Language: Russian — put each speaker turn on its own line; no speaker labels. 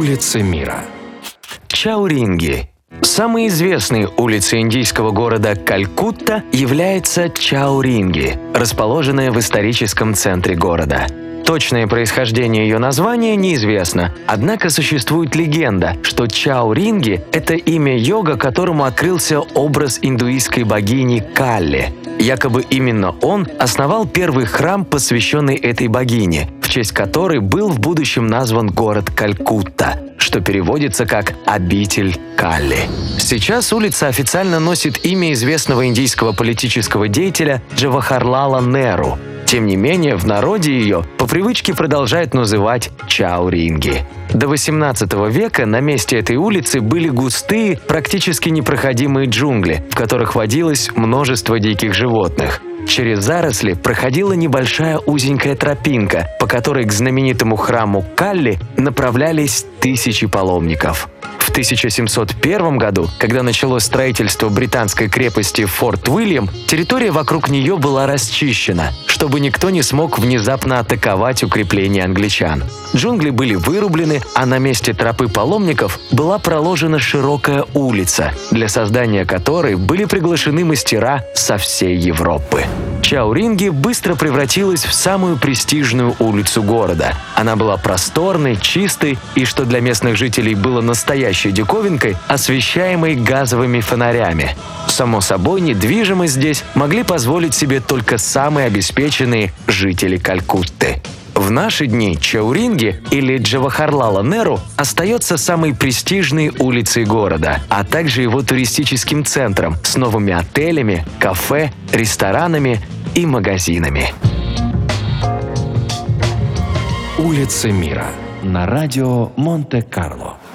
Улицы мира.
Чауринги. Самой известной улицей индийского города Калькутта является Чауринги, расположенная в историческом центре города. Точное происхождение ее названия неизвестно, однако существует легенда, что Чауринги – это имя йога, которому открылся образ индуистской богини Калли. Якобы именно он основал первый храм, посвященный этой богине, в честь которой был в будущем назван город Калькутта, что переводится как «обитель Калли». Сейчас улица официально носит имя известного индийского политического деятеля Джавахарлала Неру. Тем не менее, в народе ее по привычке продолжают называть Чауринги. До XVIII века на месте этой улицы были густые, практически непроходимые джунгли, в которых водилось множество диких животных. Через заросли проходила небольшая узенькая тропинка, по которой к знаменитому храму Калли направлялись тысячи паломников. В 1701 году, когда началось строительство британской крепости Форт Уильям, территория вокруг нее была расчищена, чтобы никто не смог внезапно атаковать укрепления англичан. Джунгли были вырублены, а на месте тропы паломников была проложена широкая улица, для создания которой были приглашены мастера со всей Европы. Чауринги быстро превратилась в самую престижную улицу города. Она была просторной, чистой и, что для местных жителей было настоящей диковинкой, освещаемой газовыми фонарями. Само собой, недвижимость здесь могли позволить себе только самые обеспеченные жители Калькутты. В наши дни Чауринги или Джавахарлала Неру остается самой престижной улицей города, а также его туристическим центром с новыми отелями, кафе, ресторанами и магазинами.
Улицы мира на радио Монте-Карло.